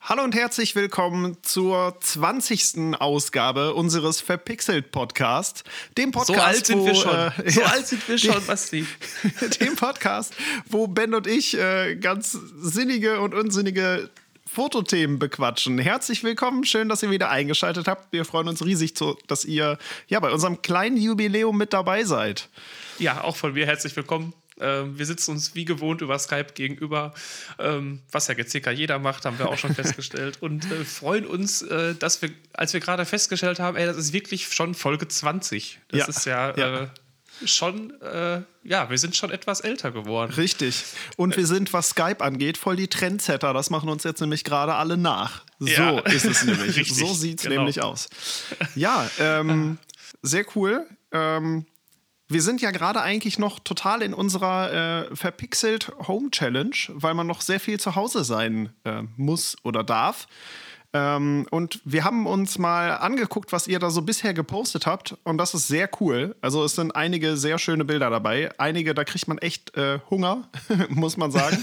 Hallo und herzlich willkommen zur 20. Ausgabe unseres Verpixelt-Podcasts. Dem Podcast, so alt sind wir schon. So alt sind wir schon, Basti. Dem Podcast, wo Ben und ich ganz sinnige und unsinnige Fotothemen bequatschen. Herzlich willkommen, schön, dass ihr wieder eingeschaltet habt. Wir freuen uns riesig, dass ihr bei unserem kleinen Jubiläum mit dabei seid. Ja, auch von mir herzlich willkommen. Wir sitzen uns wie gewohnt über Skype gegenüber, was ja jetzt circa jeder macht, haben wir auch schon festgestellt. Und freuen uns, dass wir, als wir gerade festgestellt haben, das ist wirklich schon Folge 20. Das ist schon, wir sind schon etwas älter geworden. Richtig. Und wir sind, was Skype angeht, voll die Trendsetter. Das machen uns jetzt nämlich gerade alle nach. So ist es nämlich. Richtig, so sieht es nämlich aus. Ja, sehr cool. Wir sind ja gerade eigentlich noch total in unserer verpixelt Home Challenge, weil man noch sehr viel zu Hause sein muss oder darf. Und wir haben uns mal angeguckt, was ihr da so bisher gepostet habt. Und das ist sehr cool. Also es sind einige sehr schöne Bilder dabei. Einige, da kriegt man echt Hunger, muss man sagen.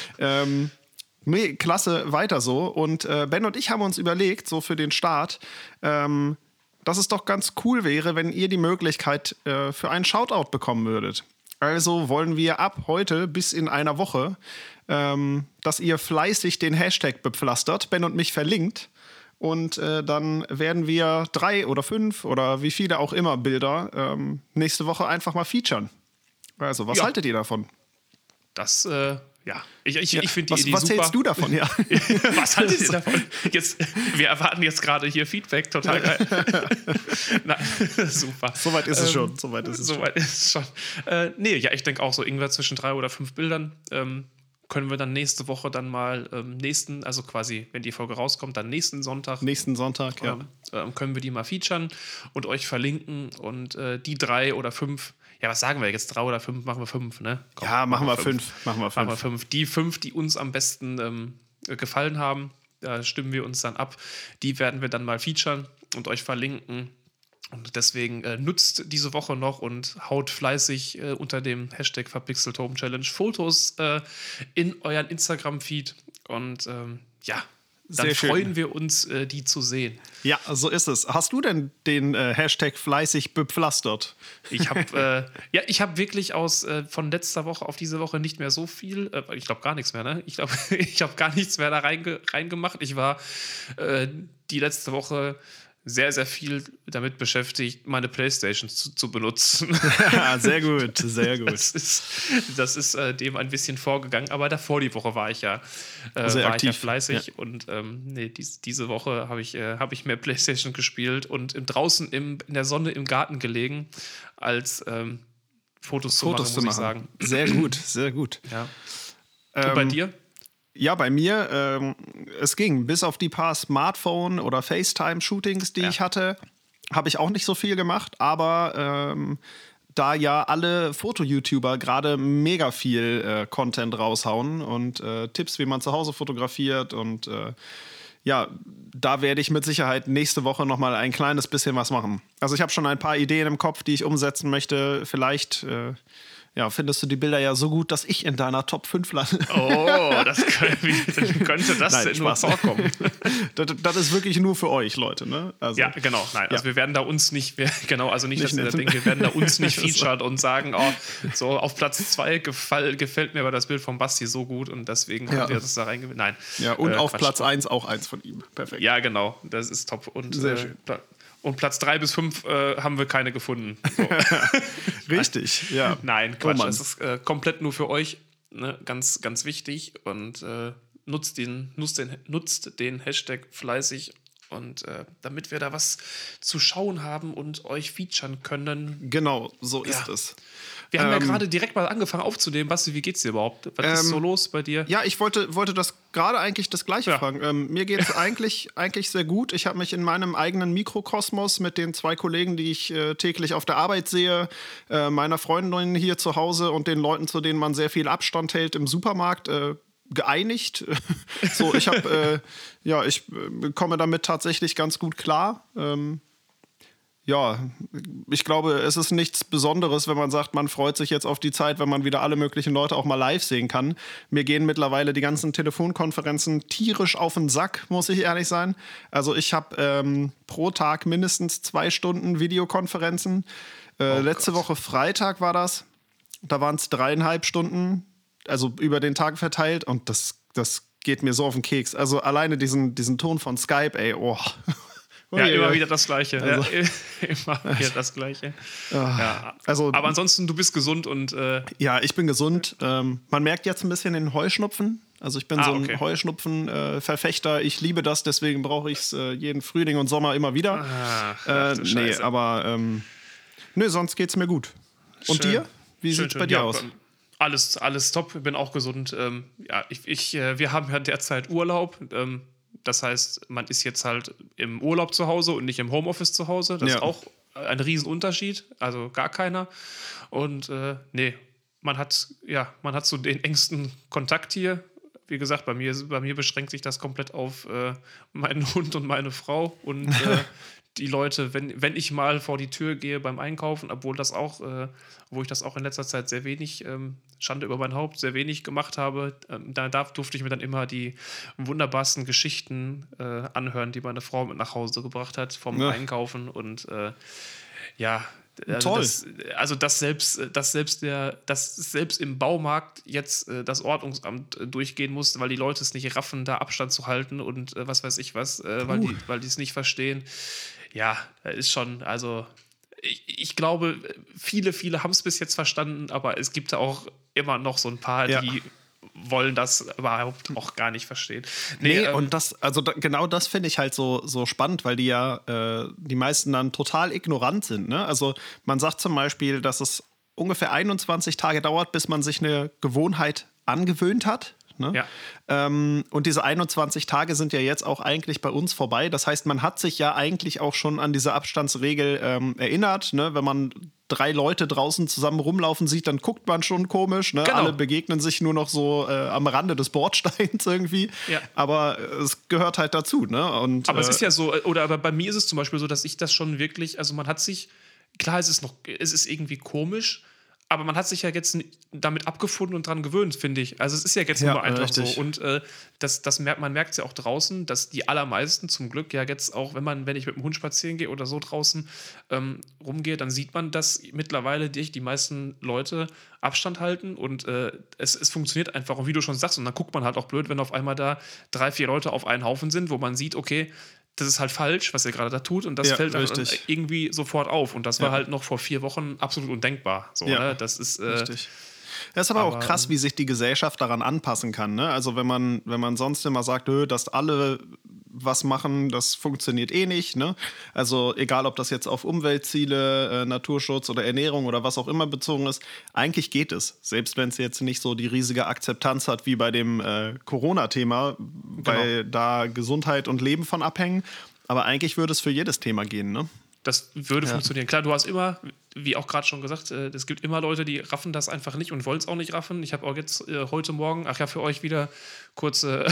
Klasse, weiter so. Und Ben und ich haben uns überlegt, so für den Start, dass es doch ganz cool wäre, wenn ihr die Möglichkeit für einen Shoutout bekommen würdet. Also wollen wir ab heute bis in einer Woche, dass ihr fleißig den Hashtag bepflastert, Ben und mich verlinkt. Und dann werden wir 3 oder 5 oder wie viele auch immer Bilder nächste Woche einfach mal featuren. Also, was haltet ihr davon? Das, ich finde die Idee was super. hältst du davon, ja? Was haltet ihr davon? Wir erwarten jetzt gerade hier Feedback, total geil. Na, super. Soweit ist es schon. Soweit ist es schon. Ich denke auch so irgendwer zwischen 3 oder 5 Bildern können wir dann nächste Woche dann mal also quasi, wenn die Folge rauskommt, dann nächsten Sonntag, können wir die mal featuren und euch verlinken und die 3 oder 5. Ja, was sagen wir jetzt? 3 oder 5? Machen wir 5, ne? Komm, ja, machen wir 5. Die 5, die uns am besten gefallen haben, da stimmen wir uns dann ab. Die werden wir dann mal featuren und euch verlinken. Und deswegen nutzt diese Woche noch und haut fleißig unter dem Hashtag Verpixelt Home Challenge Fotos in euren Instagram-Feed. Und dann freuen wir uns, die zu sehen. Ja, so ist es. Hast du denn den Hashtag fleißig bepflastert? Ich habe wirklich von letzter Woche auf diese Woche nicht mehr so viel, ich glaube gar nichts mehr, ne? Ich glaube, ich habe gar nichts mehr da reingemacht. Ich war die letzte Woche sehr, sehr viel damit beschäftigt, meine Playstation zu benutzen. Ja, sehr gut, sehr gut. Das ist dem ein bisschen vorgegangen, aber davor die Woche war ich ja fleißig. Ja. Und diese Woche habe ich mehr Playstation gespielt und draußen in der Sonne im Garten gelegen, als Fotos zu machen, muss ich sagen. Sehr gut, sehr gut. Ja. Und bei dir? Ja, bei mir, es ging. Bis auf die paar Smartphone- oder FaceTime-Shootings, die ich hatte, habe ich auch nicht so viel gemacht. Aber da ja alle Foto-YouTuber gerade mega viel Content raushauen und Tipps, wie man zu Hause fotografiert und da werde ich mit Sicherheit nächste Woche nochmal ein kleines bisschen was machen. Also ich habe schon ein paar Ideen im Kopf, die ich umsetzen möchte. Vielleicht findest du die Bilder ja so gut, dass ich in deiner Top 5 lande. Oh, könnte das denn nur vorkommen? Das ist wirklich nur für euch, Leute, ne? Also, ja, genau. Nein, also wir werden da uns nicht, wir werden da uns nicht featured und sagen, so auf Platz 2 gefällt mir aber das Bild von Basti so gut und deswegen haben wir das da reingewählt. Nein. Ja, und auf Platz 1 auch eins von ihm. Perfekt. Ja, genau. Das ist top. Und, sehr schön. Und Platz 3 bis 5 haben wir keine gefunden. So. Richtig, ja. Nein, Quatsch. Das ist komplett nur für euch. Ne? Ganz, ganz wichtig. Und nutzt den Hashtag fleißig. Und damit wir da was zu schauen haben und euch featuren können. Genau, so ist es. Wir haben ja gerade direkt mal angefangen aufzunehmen. Basti, wie geht's dir überhaupt? Was ist so los bei dir? Ja, ich wollte das gerade eigentlich das Gleiche fragen. Mir geht es eigentlich sehr gut. Ich habe mich in meinem eigenen Mikrokosmos mit den 2 Kollegen, die ich täglich auf der Arbeit sehe, meiner Freundin hier zu Hause und den Leuten, zu denen man sehr viel Abstand hält im Supermarkt, geeinigt. So, ich komme damit tatsächlich ganz gut klar. ja, ich glaube, es ist nichts Besonderes, wenn man sagt, man freut sich jetzt auf die Zeit, wenn man wieder alle möglichen Leute auch mal live sehen kann. Mir gehen mittlerweile die ganzen Telefonkonferenzen tierisch auf den Sack, muss ich ehrlich sein. Also ich habe pro Tag mindestens 2 Stunden Videokonferenzen. Letzte Woche Freitag war das. Da waren es 3,5 Stunden, also über den Tag verteilt. Und das geht mir so auf den Keks. Also alleine diesen Ton von Skype, ey, oh. Ja, immer wieder das Gleiche. Also, ja, immer wieder das Gleiche. Ja. Also, aber ansonsten, du bist gesund und... Ja, ich bin gesund. Man merkt jetzt ein bisschen den Heuschnupfen. Also ich bin so ein Heuschnupfen-Verfechter. Ich liebe das, deswegen brauche ich es jeden Frühling und Sommer immer wieder. Nee, aber sonst geht's mir gut. Und dir? Wie sieht's bei dir aus? Alles top, ich bin auch gesund. Wir haben ja derzeit Urlaub. Das heißt, man ist jetzt halt im Urlaub zu Hause und nicht im Homeoffice zu Hause. Das ist auch ein Riesenunterschied, also gar keiner. Und man hat so den engsten Kontakt hier. Wie gesagt, bei mir beschränkt sich das komplett auf meinen Hund und meine Frau und die Leute, wenn ich mal vor die Tür gehe beim Einkaufen, obwohl ich das auch in letzter Zeit sehr wenig, Schande über mein Haupt, sehr wenig gemacht habe, durfte ich mir dann immer die wunderbarsten Geschichten anhören, die meine Frau mit nach Hause gebracht hat vom Einkaufen und toll. Dass selbst im Baumarkt jetzt das Ordnungsamt durchgehen muss, weil die Leute es nicht raffen, da Abstand zu halten und was weiß ich was, weil die es nicht verstehen. Ja, ist schon, also ich glaube, viele haben es bis jetzt verstanden, aber es gibt auch immer noch so ein paar, die wollen das überhaupt auch gar nicht verstehen. Und genau das finde ich halt so spannend, weil die meisten dann total ignorant sind. Ne? Also man sagt zum Beispiel, dass es ungefähr 21 Tage dauert, bis man sich eine Gewohnheit angewöhnt hat. Ne? Ja. Und diese 21 Tage sind ja jetzt auch eigentlich bei uns vorbei. Das heißt, man hat sich ja eigentlich auch schon an diese Abstandsregel erinnert. Ne? Wenn man 3 Leute draußen zusammen rumlaufen sieht, dann guckt man schon komisch. Ne? Genau. Alle begegnen sich nur noch so am Rande des Bordsteins irgendwie. Ja. Aber es gehört halt dazu. Ne? Aber es ist ja so, aber bei mir ist es zum Beispiel so, dass ich das schon wirklich, also man hat sich, klar, es ist irgendwie komisch, aber man hat sich ja jetzt damit abgefunden und dran gewöhnt, finde ich. Also es ist ja jetzt nur einfach richtig so. Und man merkt es ja auch draußen, dass die allermeisten zum Glück ja jetzt auch, wenn ich mit dem Hund spazieren gehe oder so draußen rumgehe, dann sieht man, dass mittlerweile die meisten Leute Abstand halten und es funktioniert einfach. Und wie du schon sagst, und dann guckt man halt auch blöd, wenn auf einmal da 3, 4 Leute auf einen Haufen sind, wo man sieht, okay, das ist halt falsch, was ihr gerade da tut und das fällt dann irgendwie sofort auf und das war halt noch vor 4 Wochen absolut undenkbar. So, ne? Das ist richtig. Das ist aber auch krass, wie sich die Gesellschaft daran anpassen kann. Ne? Also wenn man sonst immer sagt, dass alle was machen, das funktioniert eh nicht. Ne? Also egal, ob das jetzt auf Umweltziele, Naturschutz oder Ernährung oder was auch immer bezogen ist, eigentlich geht es. Selbst wenn es jetzt nicht so die riesige Akzeptanz hat wie bei dem Corona-Thema, weil da Gesundheit und Leben von abhängen. Aber eigentlich würde es für jedes Thema gehen, ne? Das würde funktionieren. Klar, du hast immer, wie auch gerade schon gesagt, es gibt immer Leute, die raffen das einfach nicht und wollen es auch nicht raffen. Ich habe auch jetzt heute Morgen, für euch wieder kurze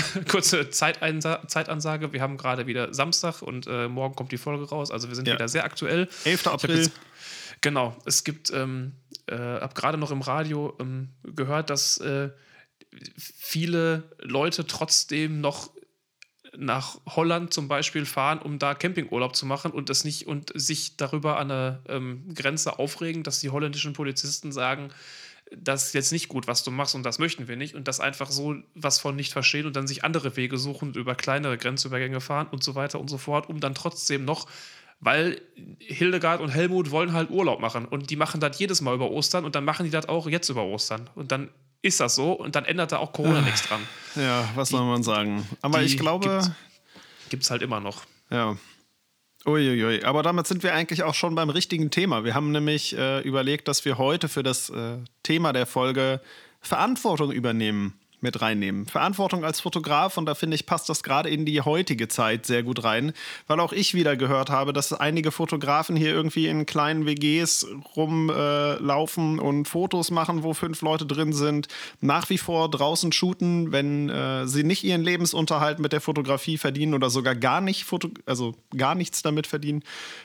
Zeitansage. Wir haben gerade wieder Samstag und morgen kommt die Folge raus. Also wir sind wieder sehr aktuell. 11. April. Genau. Es gibt, habe gerade noch im Radio gehört, dass viele Leute trotzdem noch nach Holland zum Beispiel fahren, um da Campingurlaub zu machen und sich darüber an der Grenze aufregen, dass die holländischen Polizisten sagen, das ist jetzt nicht gut, was du machst und das möchten wir nicht und das einfach so was von nicht verstehen und dann sich andere Wege suchen und über kleinere Grenzübergänge fahren und so weiter und so fort, um dann trotzdem noch, weil Hildegard und Helmut wollen halt Urlaub machen und die machen das jedes Mal über Ostern und dann machen die das auch jetzt über Ostern und dann ist das so und dann ändert da auch Corona nichts dran. Ja, was soll man sagen? Aber ich glaube... Gibt's halt immer noch. Ja. Uiuiui. Aber damit sind wir eigentlich auch schon beim richtigen Thema. Wir haben nämlich überlegt, dass wir heute für das Thema der Folge Verantwortung übernehmen. mit reinnehmen. Verantwortung als Fotograf, und da finde ich, passt das gerade in die heutige Zeit sehr gut rein, weil auch ich wieder gehört habe, dass einige Fotografen hier irgendwie in kleinen WGs rumlaufen und Fotos machen, wo 5 Leute drin sind, nach wie vor draußen shooten, wenn sie nicht ihren Lebensunterhalt mit der Fotografie verdienen oder sogar gar nichts damit verdienen.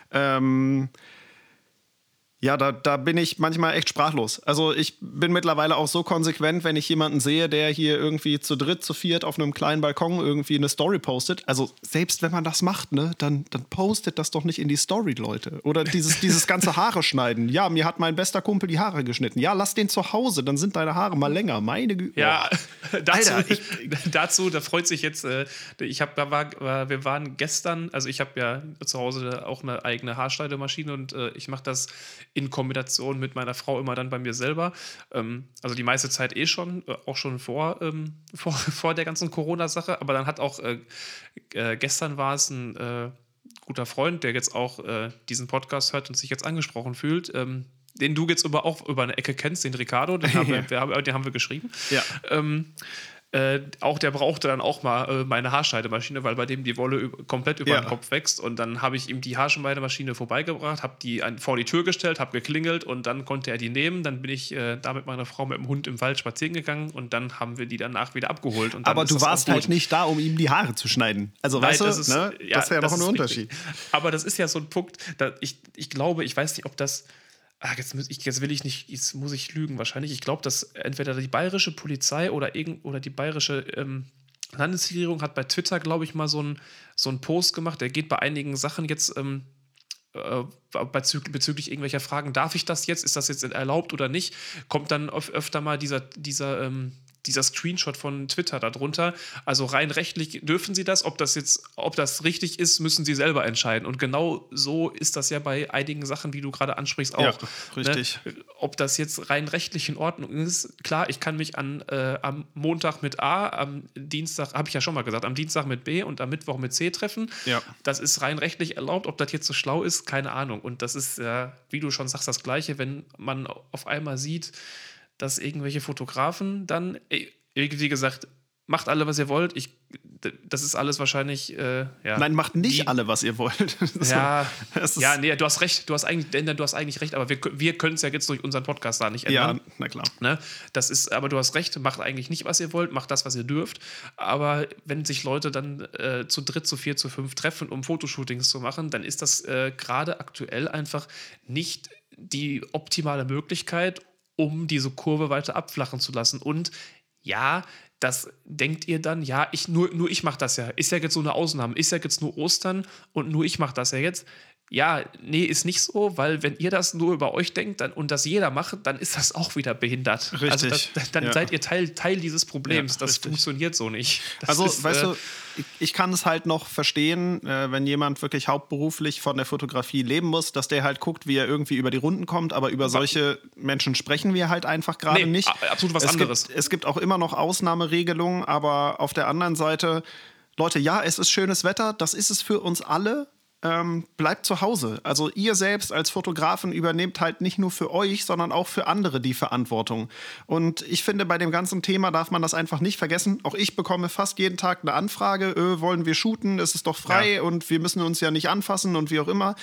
Ja, da bin ich manchmal echt sprachlos. Also ich bin mittlerweile auch so konsequent, wenn ich jemanden sehe, der hier irgendwie zu dritt, zu viert auf einem kleinen Balkon irgendwie eine Story postet. Also selbst wenn man das macht, ne, dann postet das doch nicht in die Story, Leute. Oder dieses ganze Haare schneiden. Ja, mir hat mein bester Kumpel die Haare geschnitten. Ja, lass den zu Hause, dann sind deine Haare mal länger. Meine Güte. Ja, dazu, da freut sich jetzt, wir waren gestern, also ich habe ja zu Hause auch eine eigene Haarschneidemaschine und ich mache das in Kombination mit meiner Frau immer dann bei mir selber. Also die meiste Zeit schon, auch schon vor der ganzen Corona-Sache. Aber dann hat auch, gestern war es ein guter Freund, der jetzt auch diesen Podcast hört und sich jetzt angesprochen fühlt, den du jetzt aber auch über eine Ecke kennst, den Ricardo, den haben wir geschrieben. Ja. Auch der brauchte dann auch mal meine Haarschneidemaschine, weil bei dem die Wolle komplett über den Kopf wächst. Und dann habe ich ihm die Haarschneidemaschine vorbeigebracht, habe die vor die Tür gestellt, habe geklingelt und dann konnte er die nehmen. Dann bin ich da mit meiner Frau mit dem Hund im Wald spazieren gegangen und dann haben wir die danach wieder abgeholt. Und dann aber du warst halt nicht da, um ihm die Haare zu schneiden. Also nein, weißt du, das ist ja noch ein Unterschied. Richtig. Aber das ist ja so ein Punkt, ich glaube, ich weiß nicht, ob das... Jetzt muss ich lügen wahrscheinlich. Ich glaube, dass entweder die bayerische Polizei oder die bayerische Landesregierung hat bei Twitter, glaube ich, mal so einen Post gemacht. Der geht bei einigen Sachen jetzt bezüglich irgendwelcher Fragen, darf ich das jetzt? Ist das jetzt erlaubt oder nicht? Kommt dann öfter mal dieser Screenshot von Twitter darunter. Also rein rechtlich dürfen sie das. Ob das richtig ist, müssen sie selber entscheiden. Und genau so ist das ja bei einigen Sachen, wie du gerade ansprichst, auch. Ja, richtig. Ne? Ob das jetzt rein rechtlich in Ordnung ist, klar, ich kann mich am Montag mit A, am Dienstag, habe ich ja schon mal gesagt, am Dienstag mit B und am Mittwoch mit C treffen. Ja. Das ist rein rechtlich erlaubt. Ob das jetzt so schlau ist, keine Ahnung. Und das ist, wie du schon sagst, das Gleiche, wenn man auf einmal sieht, dass irgendwelche Fotografen dann, wie gesagt, macht alle, was ihr wollt. Das ist alles wahrscheinlich, Nein, macht nicht alle, was ihr wollt. Nee, du hast recht. Du hast eigentlich recht, aber wir können es ja jetzt durch unseren Podcast da nicht ändern. Ja, na klar. Ne? Aber du hast recht, macht eigentlich nicht, was ihr wollt, macht das, was ihr dürft. Aber wenn sich Leute dann zu dritt, zu vier, zu fünf treffen, um Fotoshootings zu machen, dann ist das gerade aktuell einfach nicht die optimale Möglichkeit, um diese Kurve weiter abflachen zu lassen. Und ja, das denkt ihr dann, ja, nur ich mache das ja. Ist ja jetzt so eine Ausnahme. Ist ja jetzt nur Ostern und nur ich mache das ja jetzt. Ja, nee, ist nicht so, weil wenn ihr das nur über euch denkt und das jeder macht, dann ist das auch wieder behindert. Richtig. Also dann seid ihr Teil dieses Problems. Ja, das richtig. Funktioniert so nicht. Weißt du, ich kann es halt noch verstehen, wenn jemand wirklich hauptberuflich von der Fotografie leben muss, dass der halt guckt, wie er irgendwie über die Runden kommt, aber über solche Menschen sprechen wir halt einfach gerade nicht. Absolut was anderes. Es gibt auch immer noch Ausnahmeregelungen, aber auf der anderen Seite, Leute, ja, es ist schönes Wetter, das ist es für uns alle. Bleibt zu Hause. Also ihr selbst als Fotografen übernehmt halt nicht nur für euch, sondern auch für andere die Verantwortung. Und ich finde, bei dem ganzen Thema darf man das einfach nicht vergessen. Auch ich bekomme fast jeden Tag eine Anfrage, wollen wir shooten, es ist doch frei und wir müssen uns ja nicht anfassen und wie auch immer.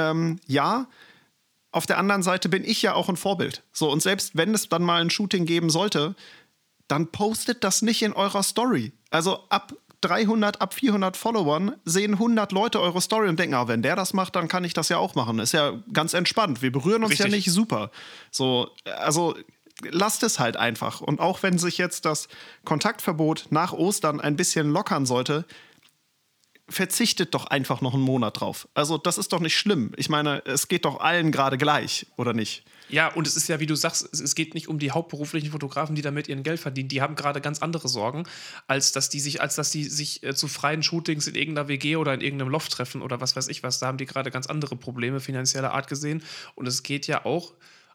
Ja, auf der anderen Seite bin ich ja auch ein Vorbild. So, und selbst wenn es dann mal ein Shooting geben sollte, dann postet das nicht in eurer Story. Also ab 300, ab 400 Followern sehen 100 Leute eure Story und denken, wenn der das macht, dann kann ich das ja auch machen. Ist ja ganz entspannt. Wir berühren uns ja nicht, super. So, also lasst es halt einfach. Und auch wenn sich jetzt das Kontaktverbot nach Ostern ein bisschen lockern sollte, verzichtet doch einfach noch einen Monat drauf. Also das ist doch nicht schlimm. Ich meine, es geht doch allen gerade gleich, oder nicht? Ja, und es ist ja, wie du sagst, es geht nicht um die hauptberuflichen Fotografen, die damit ihren Geld verdienen. Die haben gerade ganz andere Sorgen, als dass die sich zu freien Shootings in irgendeiner WG oder in irgendeinem Loft treffen oder was weiß ich was. Da haben die gerade ganz andere Probleme finanzieller Art gesehen. Und es geht ja auch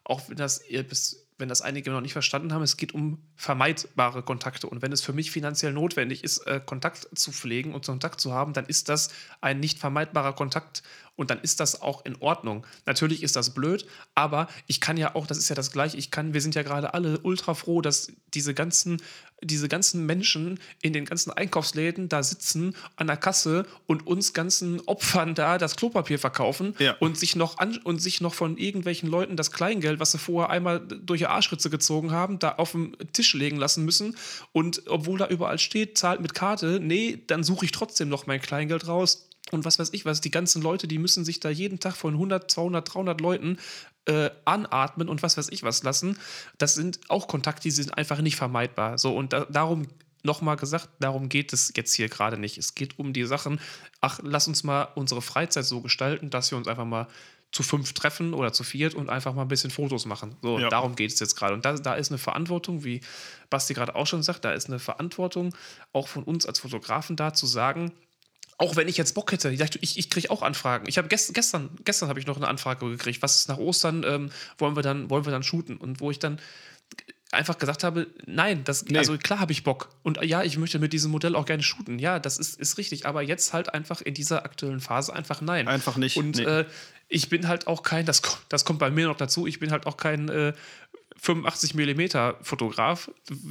wenn das einige noch nicht verstanden haben, es geht um vermeidbare Kontakte. Und wenn es für mich finanziell notwendig ist, Kontakt zu pflegen und Kontakt zu haben, dann ist das ein nicht vermeidbarer Kontakt. Und dann ist das auch in Ordnung. Natürlich ist das blöd, aber ich kann ja auch, das ist ja das Gleiche, wir sind ja gerade alle ultra froh, dass diese ganzen Menschen in den ganzen Einkaufsläden da sitzen an der Kasse und uns ganzen Opfern da das Klopapier verkaufen und sich noch von irgendwelchen Leuten das Kleingeld, was sie vorher einmal durch die Arschritze gezogen haben, da auf den Tisch legen lassen müssen. Und obwohl da überall steht, zahlt mit Karte, nee, dann suche ich trotzdem noch mein Kleingeld raus. Und was weiß ich was, die ganzen Leute, die müssen sich da jeden Tag von 100, 200, 300 Leuten anatmen und was weiß ich was lassen. Das sind auch Kontakte, die sind einfach nicht vermeidbar. So, und darum, nochmal gesagt, darum geht es jetzt hier gerade nicht. Es geht um die Sachen, lass uns mal unsere Freizeit so gestalten, dass wir uns einfach mal zu 5 treffen oder zu 4 und einfach mal ein bisschen Fotos machen. So, darum geht es jetzt gerade. Und da ist eine Verantwortung, wie Basti gerade auch schon sagt, da ist eine Verantwortung auch von uns als Fotografen da zu sagen, auch wenn ich jetzt Bock hätte, ich kriege auch Anfragen. Ich habe gestern habe ich noch eine Anfrage gekriegt, was ist nach Ostern, wollen wir dann shooten? Und wo ich dann einfach gesagt habe, nein, also klar habe ich Bock. Und ja, ich möchte mit diesem Modell auch gerne shooten. Ja, das ist richtig. Aber jetzt halt einfach in dieser aktuellen Phase einfach nein. Einfach nicht. Und ich bin halt auch kein, das kommt bei mir noch dazu, ich bin halt auch kein 85 mm Fotograf,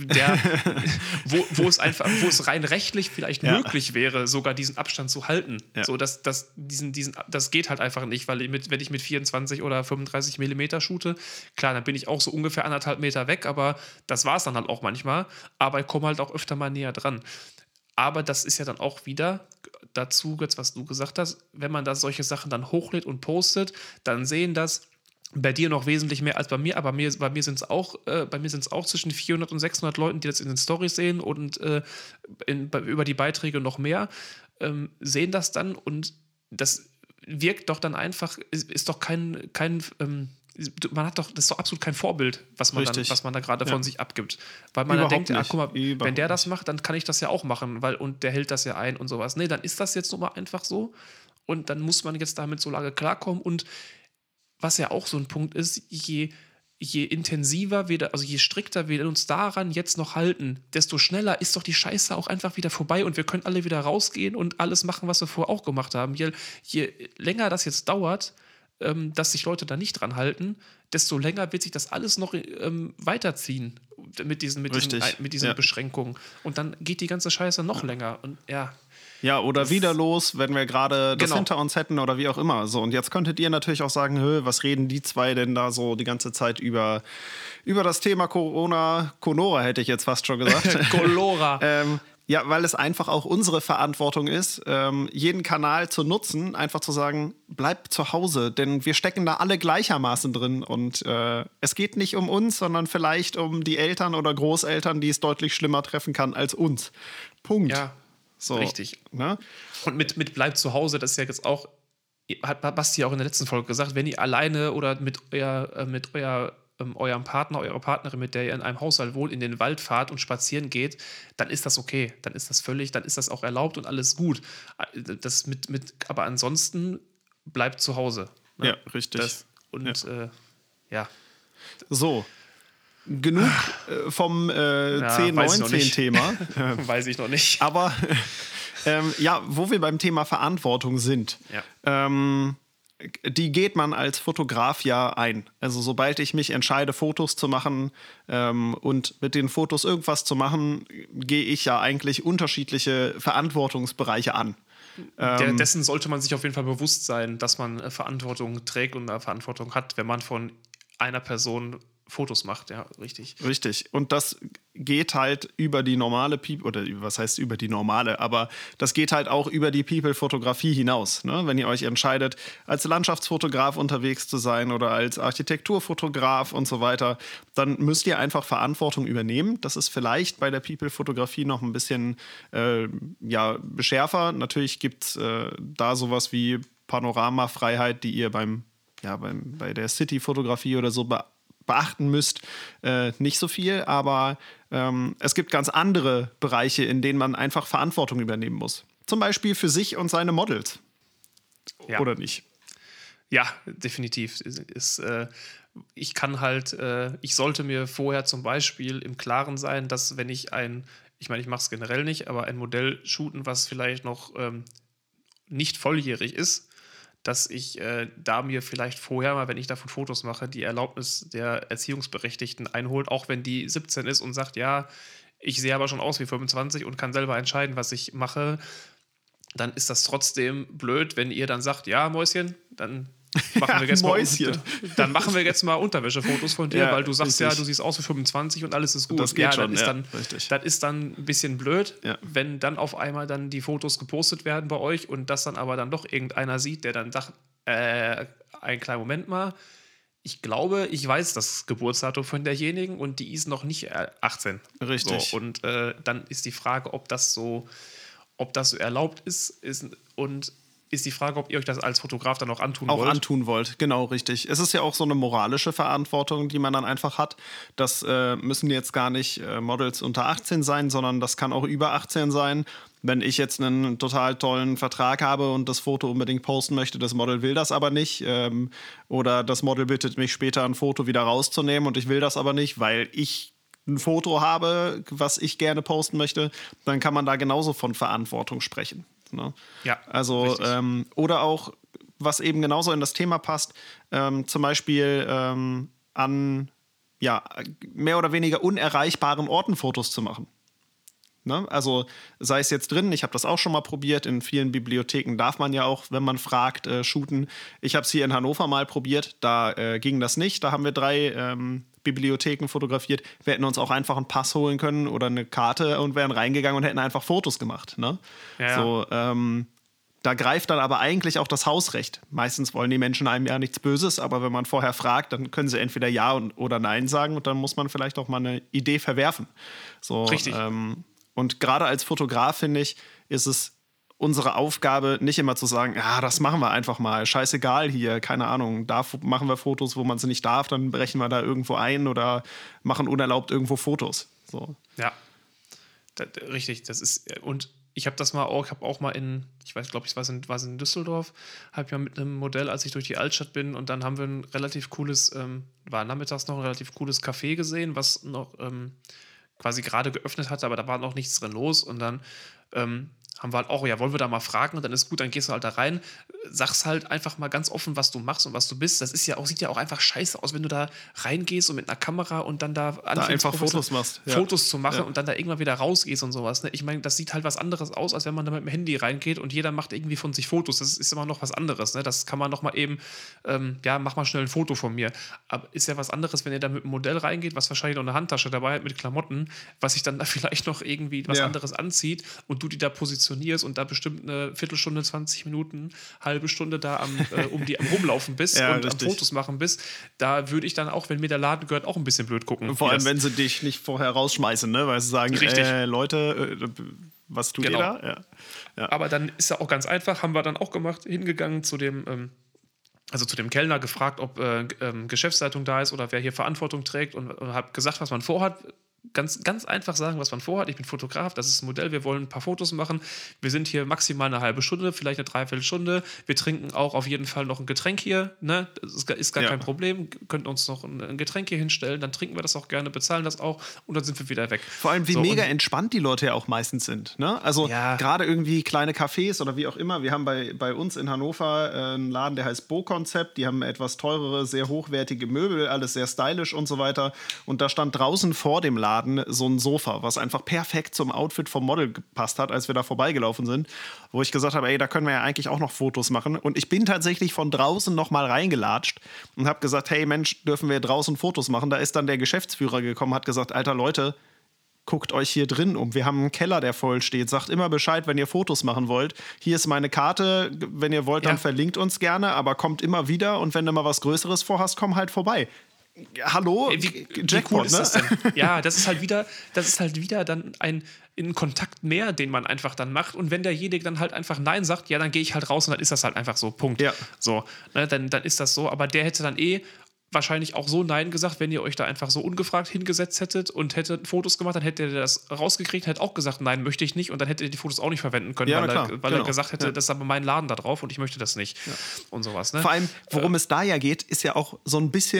wo es rein rechtlich vielleicht möglich wäre, sogar diesen Abstand zu halten. Ja. So, das geht halt einfach nicht, weil wenn ich mit 24 oder 35 mm shoote, klar, dann bin ich auch so ungefähr 1,5 Meter weg, aber das war es dann halt auch manchmal. Aber ich komme halt auch öfter mal näher dran. Aber das ist ja dann auch wieder dazu, jetzt was du gesagt hast, wenn man da solche Sachen dann hochlädt und postet, dann sehen das bei dir noch wesentlich mehr als bei mir, aber bei mir sind es auch zwischen 400 und 600 Leuten, die das in den Storys sehen und über die Beiträge noch mehr, sehen das dann und das wirkt doch dann einfach, ist doch das ist doch absolut kein Vorbild, was man da gerade von sich abgibt. Weil man dann denkt, guck mal, wenn der das macht, dann kann ich das ja auch machen, und der hält das ja ein und sowas. Nee, dann ist das jetzt nun mal einfach so und dann muss man jetzt damit so lange klarkommen und was ja auch so ein Punkt ist, je intensiver je strikter wir uns daran jetzt noch halten, desto schneller ist doch die Scheiße auch einfach wieder vorbei und wir können alle wieder rausgehen und alles machen, was wir vorher auch gemacht haben. Je länger das jetzt dauert, dass sich Leute da nicht dran halten, desto länger wird sich das alles noch weiterziehen mit diesen Beschränkungen. Und dann geht die ganze Scheiße noch länger. Und ja, oder wieder los, wenn wir gerade das hinter uns hätten oder wie auch immer. So, und jetzt könntet ihr natürlich auch sagen, was reden die zwei denn da so die ganze Zeit über das Thema Conora hätte ich jetzt fast schon gesagt. Colora. Ja, weil es einfach auch unsere Verantwortung ist, jeden Kanal zu nutzen, einfach zu sagen, bleib zu Hause, denn wir stecken da alle gleichermaßen drin und es geht nicht um uns, sondern vielleicht um die Eltern oder Großeltern, die es deutlich schlimmer treffen kann als uns. Punkt. Ja. So, richtig. Ne? Und mit bleibt zu Hause, das ist ja jetzt auch, hat Basti auch in der letzten Folge gesagt, wenn ihr alleine oder mit eurem Partner, eurer Partnerin, mit der ihr in einem Haushalt wohnt, in den Wald fahrt und spazieren geht, dann ist das okay. Dann ist das auch erlaubt und alles gut. Aber ansonsten bleibt zu Hause. Ne? Ja, richtig. So. Genug vom 10-19-Thema. Weiß ich noch nicht. Aber wo wir beim Thema Verantwortung sind, die geht man als Fotograf ja ein. Also sobald ich mich entscheide, Fotos zu machen und mit den Fotos irgendwas zu machen, gehe ich ja eigentlich unterschiedliche Verantwortungsbereiche an. Dessen sollte man sich auf jeden Fall bewusst sein, dass man Verantwortung trägt und eine Verantwortung hat, wenn man von einer Person Fotos macht, ja, richtig. Richtig. Und das geht halt über die normale oder was heißt über die normale, aber das geht halt auch über die People-Fotografie hinaus. Ne? Wenn ihr euch entscheidet, als Landschaftsfotograf unterwegs zu sein oder als Architekturfotograf und so weiter, dann müsst ihr einfach Verantwortung übernehmen. Das ist vielleicht bei der People-Fotografie noch ein bisschen schärfer. Natürlich gibt es da sowas wie Panoramafreiheit, die ihr bei der City-Fotografie oder so beachten müsst, nicht so viel, aber es gibt ganz andere Bereiche, in denen man einfach Verantwortung übernehmen muss. Zum Beispiel für sich und seine Models. Ja. Oder nicht? Ja, definitiv. Ich sollte mir vorher zum Beispiel im Klaren sein, dass wenn ich ich mache es generell nicht, aber ein Modell shooten, was vielleicht noch nicht volljährig ist, dass ich da mir vielleicht vorher mal, wenn ich davon Fotos mache, die Erlaubnis der Erziehungsberechtigten einholt, auch wenn die 17 ist und sagt, ja, ich sehe aber schon aus wie 25 und kann selber entscheiden, was ich mache, dann ist das trotzdem blöd, wenn ihr dann sagt, ja, Mäuschen, dann machen wir dann machen wir jetzt mal Unterwäschefotos von dir, weil du sagst richtig. Ja, du siehst aus wie 25 und alles ist gut. Das geht schon, das ist dann ein bisschen blöd, wenn dann auf einmal dann die Fotos gepostet werden bei euch und das dann aber dann doch irgendeiner sieht, der dann sagt, einen kleinen Moment mal, ich glaube, ich weiß das Geburtsdatum von derjenigen und die ist noch nicht 18. Richtig. So, und dann ist die Frage, ob das so erlaubt ist und ist die Frage, ob ihr euch das als Fotograf dann auch antun wollt. Auch antun wollt, genau, richtig. Es ist ja auch so eine moralische Verantwortung, die man dann einfach hat. Das müssen jetzt gar nicht Models unter 18 sein, sondern das kann auch über 18 sein. Wenn ich jetzt einen total tollen Vertrag habe und das Foto unbedingt posten möchte, das Model will das aber nicht. Oder das Model bittet mich später, ein Foto wieder rauszunehmen und ich will das aber nicht, weil ich ein Foto habe, was ich gerne posten möchte, dann kann man da genauso von Verantwortung sprechen. Ne? Ja, also oder auch, was eben genauso in das Thema passt, zum Beispiel an mehr oder weniger unerreichbaren Orten Fotos zu machen. Ne? Also sei es jetzt drin, ich habe das auch schon mal probiert, in vielen Bibliotheken darf man ja auch, wenn man fragt, shooten. Ich habe es hier in Hannover mal probiert, da ging das nicht, da haben wir 3 Bibliotheken fotografiert. Wir hätten uns auch einfach einen Pass holen können oder eine Karte und wären reingegangen und hätten einfach Fotos gemacht. Ne? Ja. So, da greift dann aber eigentlich auch das Hausrecht. Meistens wollen die Menschen einem ja nichts Böses, aber wenn man vorher fragt, dann können sie entweder Ja oder Nein sagen und dann muss man vielleicht auch mal eine Idee verwerfen. So, richtig. Und gerade als Fotograf, finde ich, ist es unsere Aufgabe, nicht immer zu sagen, ja, das machen wir einfach mal, scheißegal hier, keine Ahnung, da machen wir Fotos, wo man sie nicht darf, dann brechen wir da irgendwo ein oder machen unerlaubt irgendwo Fotos. So. Ja, richtig, das ist, und ich habe das mal auch, ich glaube, ich war in Düsseldorf, habe ja mit einem Modell, als ich durch die Altstadt bin und dann haben wir ein relativ cooles, war nachmittags noch ein relativ cooles Café gesehen, was noch quasi gerade geöffnet hatte, aber da war noch nichts drin los und dann haben wir halt auch, ja, wollen wir da mal fragen und dann ist gut, dann gehst du halt da rein, sagst halt einfach mal ganz offen, was du machst und was du bist. Das ist ja auch, sieht ja auch einfach scheiße aus, wenn du da reingehst und mit einer Kamera und dann da anfängst, einfach Fotos machst. Fotos zu machen und dann da irgendwann wieder rausgehst und sowas. Ne? Ich meine, das sieht halt was anderes aus, als wenn man da mit dem Handy reingeht und jeder macht irgendwie von sich Fotos. Das ist immer noch was anderes. Ne? Das kann man noch mal eben, mach mal schnell ein Foto von mir. Aber ist ja was anderes, wenn ihr da mit einem Modell reingeht, was wahrscheinlich noch eine Handtasche dabei hat mit Klamotten, was sich dann da vielleicht noch irgendwie was anderes anzieht und du die da positionierst und da bestimmt eine Viertelstunde, 20 Minuten, halbe Stunde da am Rumlaufen bist und richtig. Am Fotos machen bist, da würde ich dann auch, wenn mir der Laden gehört, auch ein bisschen blöd gucken. Vor allem, wenn sie dich nicht vorher rausschmeißen, ne? Weil sie sagen, Leute, was tut ihr da? Ja. Aber dann ist ja auch ganz einfach, haben wir dann auch gemacht, hingegangen zu dem Kellner, gefragt, ob Geschäftsleitung da ist oder wer hier Verantwortung trägt und habe gesagt, was man vorhat. Ganz, ganz einfach sagen, was man vorhat. Ich bin Fotograf, das ist ein Modell, wir wollen ein paar Fotos machen. Wir sind hier maximal eine halbe Stunde, vielleicht eine Dreiviertelstunde. Wir trinken auch auf jeden Fall noch ein Getränk hier. Ne? Das ist gar kein Problem. Könnt uns noch ein Getränk hier hinstellen, dann trinken wir das auch gerne, bezahlen das auch und dann sind wir wieder weg. Vor allem, wie mega entspannt die Leute ja auch meistens sind. Ne? Also gerade irgendwie kleine Cafés oder wie auch immer. Wir haben bei uns in Hannover einen Laden, der heißt Bo-Konzept. Die haben etwas teurere, sehr hochwertige Möbel, alles sehr stylisch und so weiter. Und da stand draußen vor dem Laden so ein Sofa, was einfach perfekt zum Outfit vom Model gepasst hat, als wir da vorbeigelaufen sind, wo ich gesagt habe, ey, da können wir ja eigentlich auch noch Fotos machen. Und ich bin tatsächlich von draußen noch mal reingelatscht und habe gesagt, hey Mensch, dürfen wir draußen Fotos machen? Da ist dann der Geschäftsführer gekommen, hat gesagt, alter Leute, guckt euch hier drin um. Wir haben einen Keller, der voll steht. Sagt immer Bescheid, wenn ihr Fotos machen wollt. Hier ist meine Karte. Wenn ihr wollt, dann verlinkt uns gerne, aber kommt immer wieder und wenn du mal was Größeres vorhast, komm halt vorbei. Hallo? Wie cool ist das denn? Ja, das ist halt wieder dann ein Kontakt mehr, den man einfach dann macht. Und wenn derjenige dann halt einfach Nein sagt, ja, dann gehe ich halt raus und dann ist das halt einfach so. Punkt. Ja. So, ne, dann ist das so. Aber der hätte dann wahrscheinlich auch so Nein gesagt, wenn ihr euch da einfach so ungefragt hingesetzt hättet und hättet Fotos gemacht, dann hätte er das rausgekriegt, hätte auch gesagt, nein, möchte ich nicht und dann hätte er die Fotos auch nicht verwenden können, weil er gesagt hätte, das ist aber mein Laden da drauf und ich möchte das nicht und sowas. Ne? Vor allem, worum es da ja geht, ist ja auch so ein bisschen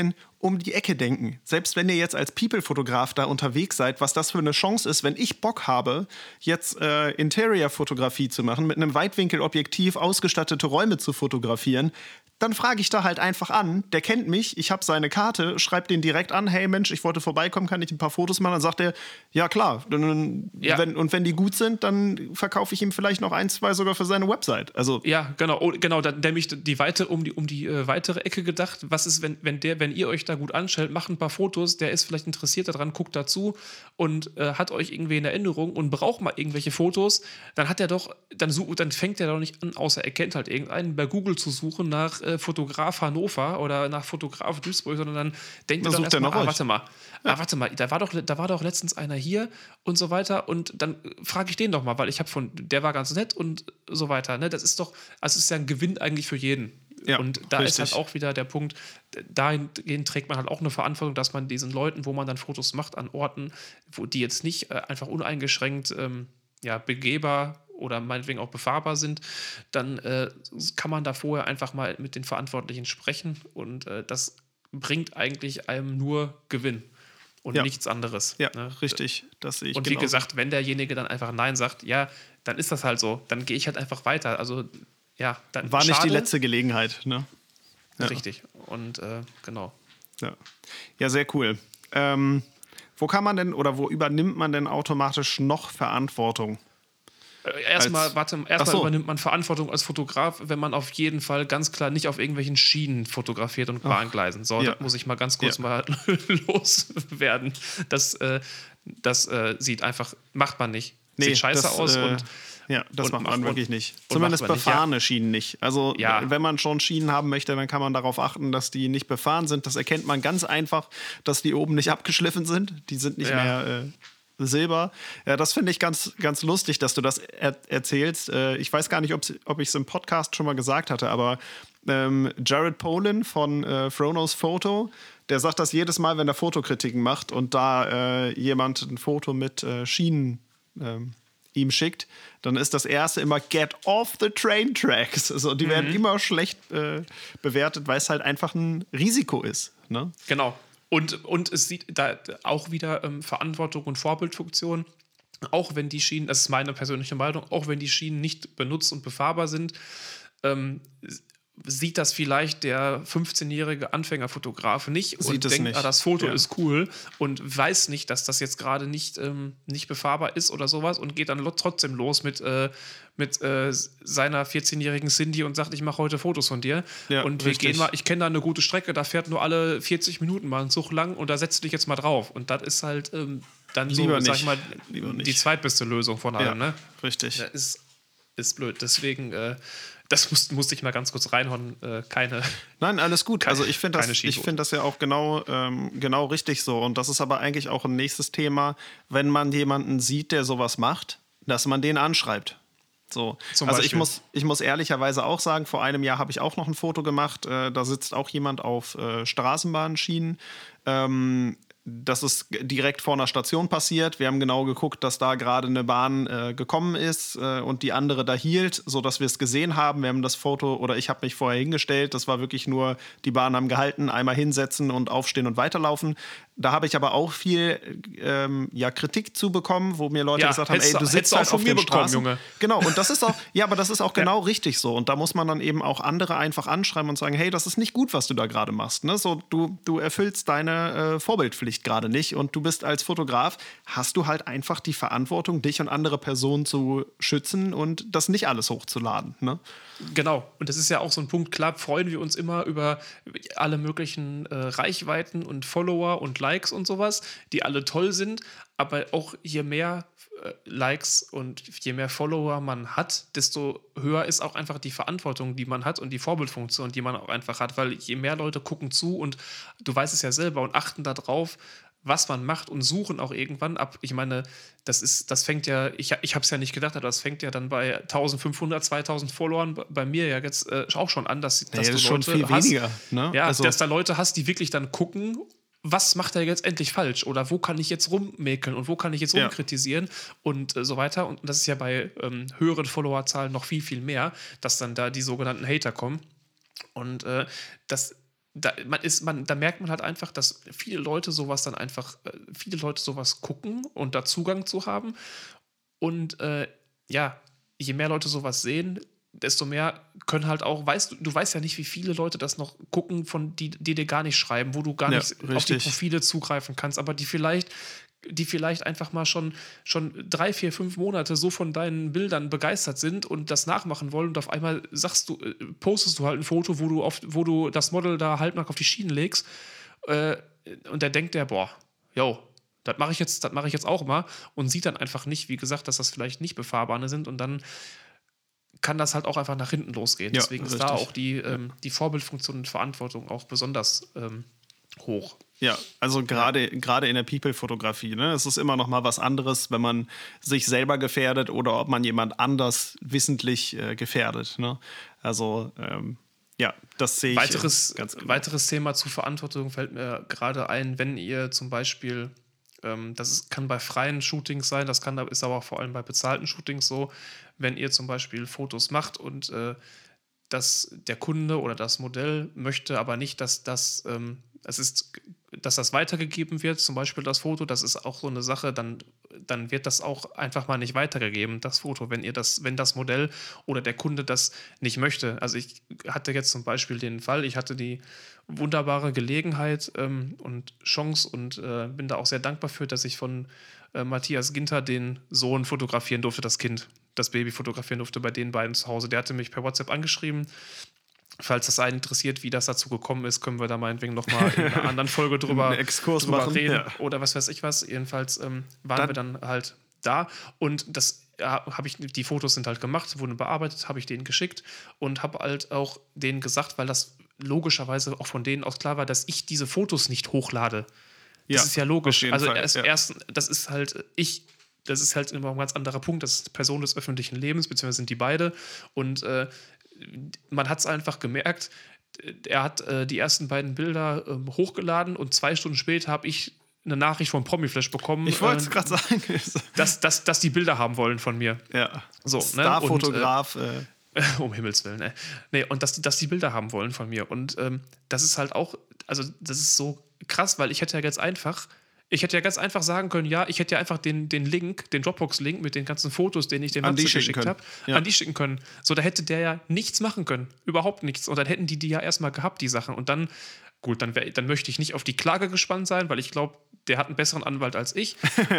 um die Ecke denken. Selbst wenn ihr jetzt als People-Fotograf da unterwegs seid, was das für eine Chance ist, wenn ich Bock habe, jetzt Interior-Fotografie zu machen, mit einem Weitwinkelobjektiv ausgestattete Räume zu fotografieren, dann frage ich da halt einfach an, der kennt mich, ich habe seine Karte, schreibe den direkt an, hey Mensch, ich wollte vorbeikommen, kann ich ein paar Fotos machen? Dann sagt er, ja klar, wenn die gut sind, dann verkaufe ich ihm vielleicht noch 1, 2 sogar für seine Website. Also ja, genau, nämlich um die weitere Ecke gedacht, was ist, wenn ihr euch da gut anstellt, macht ein paar Fotos, der ist vielleicht interessiert daran, guckt dazu und hat euch irgendwie in Erinnerung und braucht mal irgendwelche Fotos, dann hat er doch, dann fängt er doch nicht an, außer er kennt halt irgendeinen, bei Google zu suchen nach Fotograf Hannover oder nach Fotograf Duisburg, sondern dann denkt er doch erstmal, warte mal, da war doch letztens einer hier und so weiter und dann frage ich den doch mal, weil der war ganz nett und so weiter, ne? Das ist doch, also es ist ja ein Gewinn eigentlich für jeden. Ja, und da richtig. ist halt auch wieder der Punkt, dahingehend trägt man halt auch eine Verantwortung, dass man diesen Leuten, wo man dann Fotos macht, an Orten, wo die jetzt nicht einfach uneingeschränkt begehbar oder meinetwegen auch befahrbar sind, dann kann man da vorher einfach mal mit den Verantwortlichen sprechen und das bringt eigentlich einem nur Gewinn und nichts anderes. Ja, ne? richtig, das sehe ich Und wie gesagt, wenn derjenige dann einfach Nein sagt, ja, dann ist das halt so, dann gehe ich halt einfach weiter, also ja, dann war nicht die letzte Gelegenheit, ne? Ja. Richtig. Und genau. Ja, sehr cool. Wo kann man denn oder wo übernimmt man denn automatisch noch Verantwortung? Erstmal übernimmt man Verantwortung als Fotograf, wenn man auf jeden Fall ganz klar nicht auf irgendwelchen Schienen fotografiert und Bahngleisen. So, das muss ich mal ganz kurz mal loswerden. Das macht man nicht. Sieht scheiße aus und das macht man wirklich nicht. Zumindest befahrene Schienen nicht. Also wenn man schon Schienen haben möchte, dann kann man darauf achten, dass die nicht befahren sind. Das erkennt man ganz einfach, dass die oben nicht abgeschliffen sind. Die sind nicht mehr Silber. Ja, das finde ich ganz, ganz lustig, dass du das erzählst. Ich weiß gar nicht, ob ich es im Podcast schon mal gesagt hatte, aber Jared Polin von Phronos Photo, der sagt das jedes Mal, wenn er Fotokritiken macht und da jemand ein Foto mit Schienen ihm schickt, dann ist das erste immer Get off the train tracks. Also die werden immer schlecht bewertet, weil es halt einfach ein Risiko ist. Ne? Genau. Und es sieht da auch wieder Verantwortung und Vorbildfunktion. Auch wenn die Schienen, das ist meine persönliche Meinung, auch wenn die Schienen nicht benutzt und befahrbar sind, sieht das vielleicht der 15-jährige Anfängerfotograf nicht und denkt, das Foto ist cool und weiß nicht, dass das jetzt gerade nicht befahrbar ist oder sowas und geht dann trotzdem los mit seiner 14-jährigen Cindy und sagt, ich mache heute Fotos von dir. Ja, und ich kenne da eine gute Strecke, da fährt nur alle 40 Minuten mal ein Zug lang und da setzt du dich jetzt mal drauf. Und das ist halt dann lieber so, sag ich mal, die zweitbeste Lösung von allem. Ja, ne? Richtig. Das ist blöd. Deswegen das musste ich mal ganz kurz reinhauen. Nein, alles gut. Also ich finde das ja auch genau richtig so. Und das ist aber eigentlich auch ein nächstes Thema, wenn man jemanden sieht, der sowas macht, dass man den anschreibt. So. Also ich muss ehrlicherweise auch sagen, vor einem Jahr habe ich auch noch ein Foto gemacht. Da sitzt auch jemand auf Straßenbahnschienen. Das ist direkt vor einer Station passiert. Wir haben genau geguckt, dass da gerade eine Bahn gekommen ist und die andere da hielt, sodass wir es gesehen haben. Wir haben das Foto, oder ich habe mich vorher hingestellt. Das war wirklich nur, die Bahn haben gehalten, einmal hinsetzen und aufstehen und weiterlaufen. Da habe ich aber auch viel Kritik zu bekommen, wo mir Leute gesagt haben, ey, du sitzt halt auf den Straßen. Junge. Genau, und das ist auch, aber das ist auch genau richtig so. Und da muss man dann eben auch andere einfach anschreiben und sagen, hey, das ist nicht gut, was du da gerade machst. Ne? So, du erfüllst deine Vorbildpflicht gerade nicht und du bist als Fotograf, hast du halt einfach die Verantwortung, dich und andere Personen zu schützen und das nicht alles hochzuladen. Ne? Genau, und das ist ja auch so ein Punkt, klar freuen wir uns immer über alle möglichen Reichweiten und Follower und Likes und sowas, die alle toll sind, aber auch je mehr Likes und je mehr Follower man hat, desto höher ist auch einfach die Verantwortung, die man hat und die Vorbildfunktion, die man auch einfach hat, weil je mehr Leute gucken zu und du weißt es ja selber und achten darauf, was man macht und suchen auch irgendwann ab. Ich meine, das fängt ja, ich habe es ja nicht gedacht, aber das fängt ja dann bei 1500, 2000 Followern bei mir ja jetzt auch schon an, dass du Leute schon viel hast, weniger. Ne? Ja, also, dass da Leute hast, die wirklich dann gucken, was macht er jetzt endlich falsch oder wo kann ich jetzt rummäkeln und wo kann ich jetzt rumkritisieren und so weiter. Und das ist ja bei höheren Followerzahlen noch viel, viel mehr, dass dann da die sogenannten Hater kommen. Und das da merkt man halt einfach, dass viele Leute sowas gucken und da Zugang zu haben. Und je mehr Leute sowas sehen, desto mehr können halt auch, du weißt ja nicht, wie viele Leute das noch gucken, die dir gar nicht schreiben, wo du gar nicht auf die Profile zugreifen kannst, aber die vielleicht einfach mal schon 3, 4, 5 Monate so von deinen Bildern begeistert sind und das nachmachen wollen und auf einmal postest du halt ein Foto, wo du das Model da halbnackt auf die Schienen legst und der denkt boah, yo, das mache ich jetzt auch mal und sieht dann einfach nicht, wie gesagt, dass das vielleicht nicht befahrbare sind und dann kann das halt auch einfach nach hinten losgehen. Deswegen ist da auch die Vorbildfunktion und Verantwortung auch besonders hoch. Ja, also gerade in der People-Fotografie, ne? Es ist immer noch mal was anderes, wenn man sich selber gefährdet oder ob man jemand anders wissentlich gefährdet. Ne? Also das sehe ich ganz genau. Weiteres Thema zu Verantwortung fällt mir gerade ein, wenn ihr zum Beispiel, kann bei freien Shootings sein, ist aber auch vor allem bei bezahlten Shootings so, wenn ihr zum Beispiel Fotos macht und der Kunde oder das Modell möchte aber nicht, dass das weitergegeben wird, zum Beispiel das Foto, das ist auch so eine Sache, dann wird das auch einfach mal nicht weitergegeben, das Foto, wenn das Modell oder der Kunde das nicht möchte. Also ich hatte jetzt zum Beispiel den Fall, ich hatte die wunderbare Gelegenheit und Chance und bin da auch sehr dankbar für, dass ich von Matthias Ginter den Sohn fotografieren durfte, das Baby fotografieren durfte bei den beiden zu Hause. Der hatte mich per WhatsApp angeschrieben. Falls das einen interessiert, wie das dazu gekommen ist, können wir da meinetwegen nochmal in einer anderen Folge drüber reden. Ja. Oder was weiß ich was. Jedenfalls waren wir dann halt da und die Fotos sind halt gemacht, wurden bearbeitet, habe ich denen geschickt und habe halt auch denen gesagt, weil das logischerweise auch von denen aus klar war, dass ich diese Fotos nicht hochlade. Das ist ja logisch. Also das ist halt immer ein ganz anderer Punkt. Das ist Person des öffentlichen Lebens, beziehungsweise sind die beide. Und man hat es einfach gemerkt, er hat die ersten beiden Bilder hochgeladen und 2 Stunden später habe ich eine Nachricht von Promiflash bekommen. Ich wollte es gerade sagen. dass die Bilder haben wollen von mir. Ja. So, Starfotograf. Um Himmels Willen, Nee, und dass die Bilder haben wollen von mir. Und das ist halt auch, also das ist so krass, weil ich hätte ja ganz einfach sagen können, ja, ich hätte ja einfach den Link, den Dropbox-Link mit den ganzen Fotos, den ich dem Matze geschickt habe, an die schicken können. So, da hätte der ja nichts machen können. Überhaupt nichts. Und dann hätten die ja erstmal gehabt, die Sachen. Und dann, gut, dann möchte ich nicht auf die Klage gespannt sein, weil ich glaube, der hat einen besseren Anwalt als ich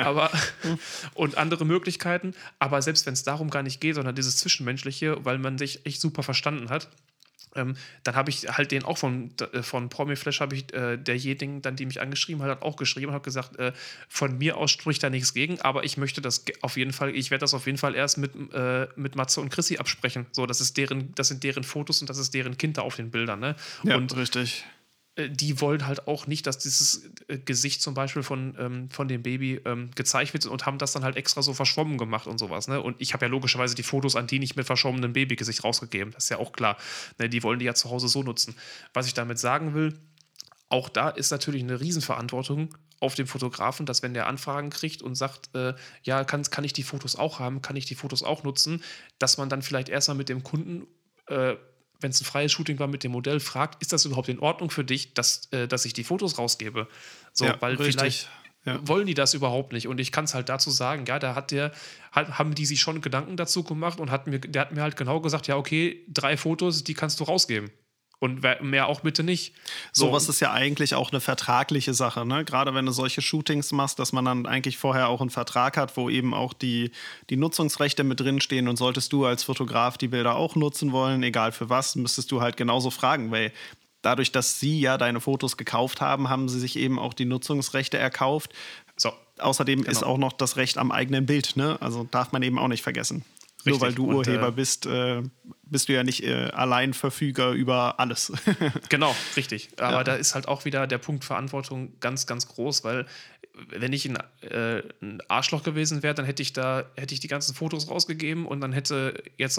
und andere Möglichkeiten. Aber selbst wenn es darum gar nicht geht, sondern dieses Zwischenmenschliche, weil man sich echt super verstanden hat, dann habe ich halt den auch von Promiflash habe ich derjenigen, dann die mich angeschrieben hat auch geschrieben und habe gesagt, von mir aus spricht da nichts gegen, aber ich möchte das auf jeden Fall, ich werde das auf jeden Fall erst mit Matze und Chrissy absprechen. So, das sind deren Fotos und das ist deren Kind da auf den Bildern, ne? Ja, und richtig. Die wollen halt auch nicht, dass dieses Gesicht zum Beispiel von dem Baby gezeigt wird und haben das dann halt extra so verschwommen gemacht und sowas. Ne? Und ich habe ja logischerweise die Fotos an die nicht mit verschwommenem Babygesicht rausgegeben. Das ist ja auch klar. Ne? Die wollen die ja zu Hause so nutzen. Was ich damit sagen will, auch da ist natürlich eine Riesenverantwortung auf dem Fotografen, dass wenn der Anfragen kriegt und sagt, ja, kann ich die Fotos auch haben, kann ich die Fotos auch nutzen, dass man dann vielleicht erstmal mit dem Kunden wenn es ein freies Shooting war, mit dem Modell fragt, ist das überhaupt in Ordnung für dich, dass ich die Fotos rausgebe? So, ja, weil richtig. Vielleicht wollen die das überhaupt nicht. Und ich kann es halt dazu sagen, ja, haben die sich schon Gedanken dazu gemacht und der hat mir halt genau gesagt, ja, okay, 3 Fotos, die kannst du rausgeben. Und mehr auch bitte nicht. Sowas ist ja eigentlich auch eine vertragliche Sache, ne? Gerade wenn du solche Shootings machst, dass man dann eigentlich vorher auch einen Vertrag hat, wo eben auch die Nutzungsrechte mit drinstehen. Und solltest du als Fotograf die Bilder auch nutzen wollen, egal für was, müsstest du halt genauso fragen, weil dadurch, dass sie ja deine Fotos gekauft haben, haben sie sich eben auch die Nutzungsrechte erkauft. So. Außerdem ist auch noch das Recht am eigenen Bild, ne? Also darf man eben auch nicht vergessen. Richtig. Nur weil du Urheber bist, bist du ja nicht Alleinverfüger über alles. Genau, richtig. Aber da ist halt auch wieder der Punkt Verantwortung ganz, ganz groß, weil wenn ich ein Arschloch gewesen wäre, dann hätte ich die ganzen Fotos rausgegeben und dann hätten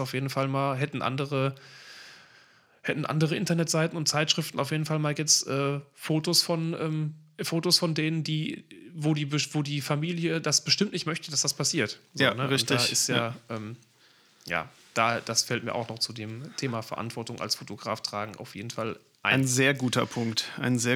andere Internetseiten und Zeitschriften auf jeden Fall mal jetzt Fotos von denen, wo die Familie das bestimmt nicht möchte, dass das passiert. So, ja, ne? richtig. Und da ist das fällt mir auch noch zu dem Thema Verantwortung als Fotograf tragen auf jeden Fall ein. Ein sehr guter Punkt.